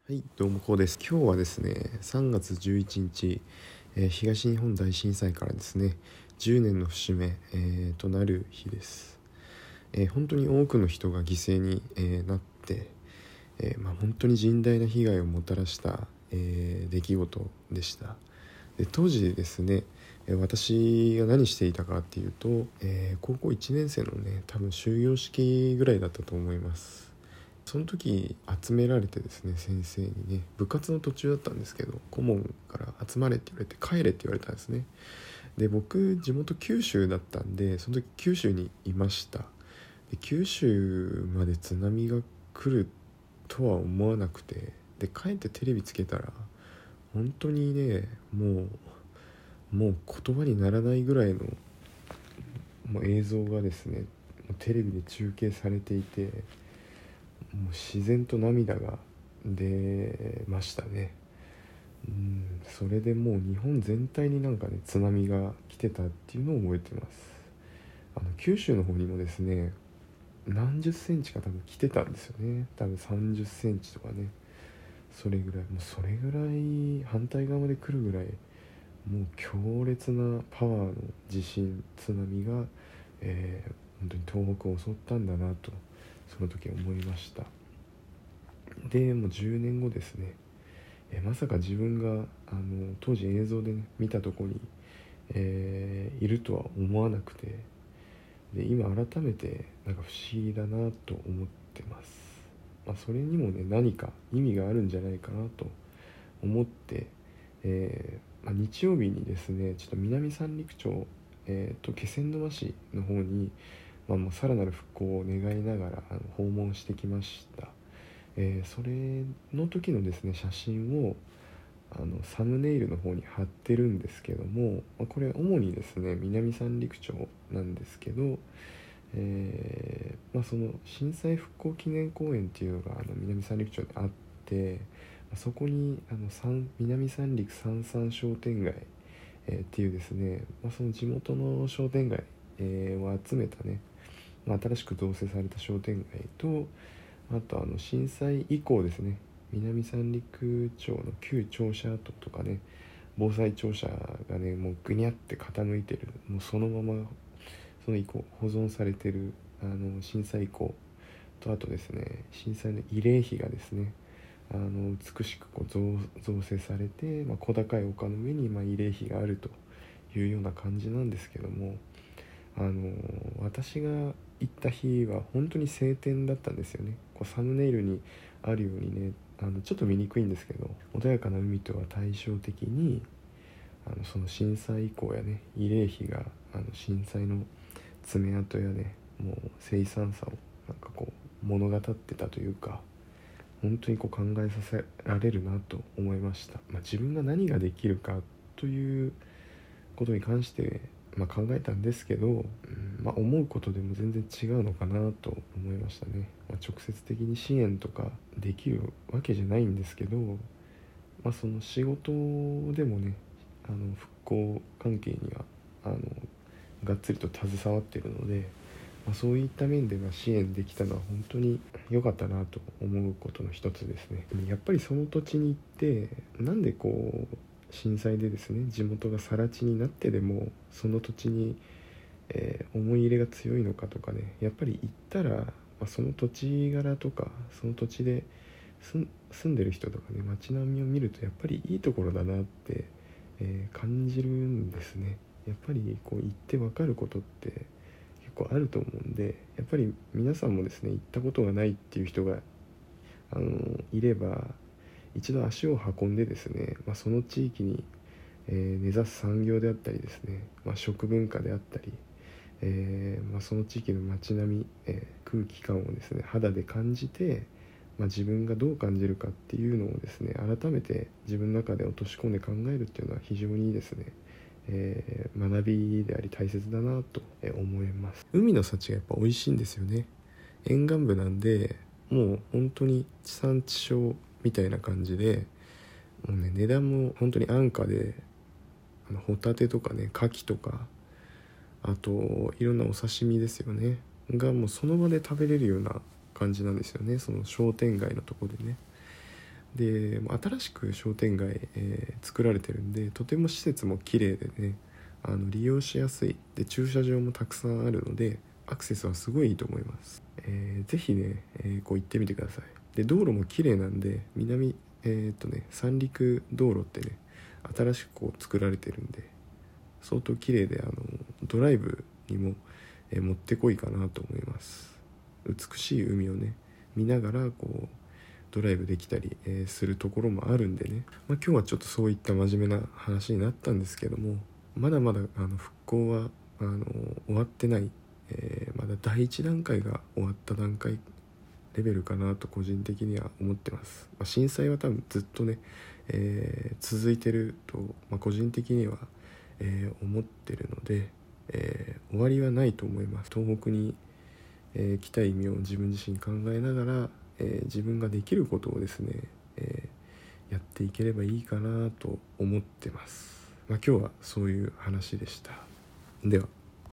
はい、どうもこうです。今日はですね、3月11日、東日本大震災からですね、10年の節目、となる日です。本当に多くの人が犠牲に、なって、本当に甚大な被害をもたらした、出来事でした。で当時ですね、私が何していたかっていうと、高校1年生のね、多分終業式ぐらいだったと思います。その時集められてですね、先生にね、部活の途中だったんですけど、顧問から集まれって言われて、帰れって言われたんですね。で僕地元九州だったんで、その時九州にいました。で九州まで津波が来るとは思わなくて、で帰ってテレビつけたら本当にね、もう言葉にならないぐらいのもう映像がですね、テレビで中継されていて、もう自然と涙が出ましたね。それでもう日本全体になんかね、津波が来てたっていうのを覚えてます。九州の方にもですね、何十センチか多分来てたんですよね。多分30センチとかね、それぐらい、もうそれぐらい反対側まで来るぐらい、もう強烈なパワーの地震津波が、本当に東北を襲ったんだなと、その時思いました。でもう10年後ですね、まさか自分が当時映像で、ね、見たとこに、いるとは思わなくて、で今改めてなんか不思議だなと思ってます。それにもね、何か意味があるんじゃないかなと思って、日曜日にですね、ちょっと南三陸町、と気仙沼市の方に、もうさらなる復興を願いながら訪問してきました。それの時のですね写真をサムネイルの方に貼ってるんですけども、これ主にですね南三陸町なんですけど、その震災復興記念公園っていうのが南三陸町であって、そこに南三陸三三商店街、っていうですね、その地元の商店街、を集めたね、新しく造成された商店街と、あと震災以降ですね、南三陸町の旧庁舎跡とかね、防災庁舎がねもうぐにゃって傾いてる、もうそのままその以降保存されてる震災以降と、あとですね震災の慰霊碑がですね美しくこう造成されて、小高い丘の上に慰霊碑があるというような感じなんですけども、私が行った日は本当に晴天だったんですよね。こうサムネイルにあるようにね、ちょっと見にくいんですけど、穏やかな海とは対照的にその震災以降やね、慰霊碑が震災の爪痕やね、もう凄惨さをなんかこう物語ってたというか、本当にこう考えさせられるなと思いました。自分が何ができるかということに関して、考えたんですけど、思うことでも全然違うのかなと思いましたね。直接的に支援とかできるわけじゃないんですけど、その仕事でもね、復興関係にはがっつりと携わっているので、そういった面で支援できたのは本当に良かったなと思うことの一つですね。やっぱりその土地に行って、なんでこう震災でですね地元が更地になってでもその土地に、思い入れが強いのかとかね、やっぱり行ったら、その土地柄とかその土地で住んでる人とかね、街並みを見るとやっぱりいいところだなって、感じるんですね。やっぱりこう行って分かることって結構あると思うんで、やっぱり皆さんもですね行ったことがないっていう人がいれば、一度足を運んでですね、その地域に、根ざす産業であったりですね、食文化であったり、その地域の街並み、空気感をですね肌で感じて、自分がどう感じるかっていうのをですね改めて自分の中で落とし込んで考えるっていうのは非常にですね、学びであり大切だなと思います。海の幸がやっぱ美味しいんですよね。沿岸部なんで、もう本当に地産地消みたいな感じで、もうね値段も本当に安価で、ホタテとかね牡蠣とか、あといろんなお刺身ですよねがもうその場で食べれるような感じなんですよね、その商店街のとこでね。 で新しく商店街、作られてるんで、とても施設も綺麗でね、利用しやすいで、駐車場もたくさんあるのでアクセスはすごいいいと思います。ぜひね、こう行ってみてください。で道路も綺麗なんで、三陸道路ってね、新しくこう作られてるんで相当綺麗で、ドライブにも、もってこいかなと思います。美しい海をね見ながらこうドライブできたり、するところもあるんでね、今日はちょっとそういった真面目な話になったんですけども、まだまだ復興は終わってない、まだ第一段階が終わった段階レベルかなと個人的には思ってます。震災は多分ずっとね、続いてると、個人的には、思ってるので、終わりはないと思います。東北に、来た意味を自分自身考えながら、自分ができることをですね、やっていければいいかなと思ってます。今日はそういう話でした。では。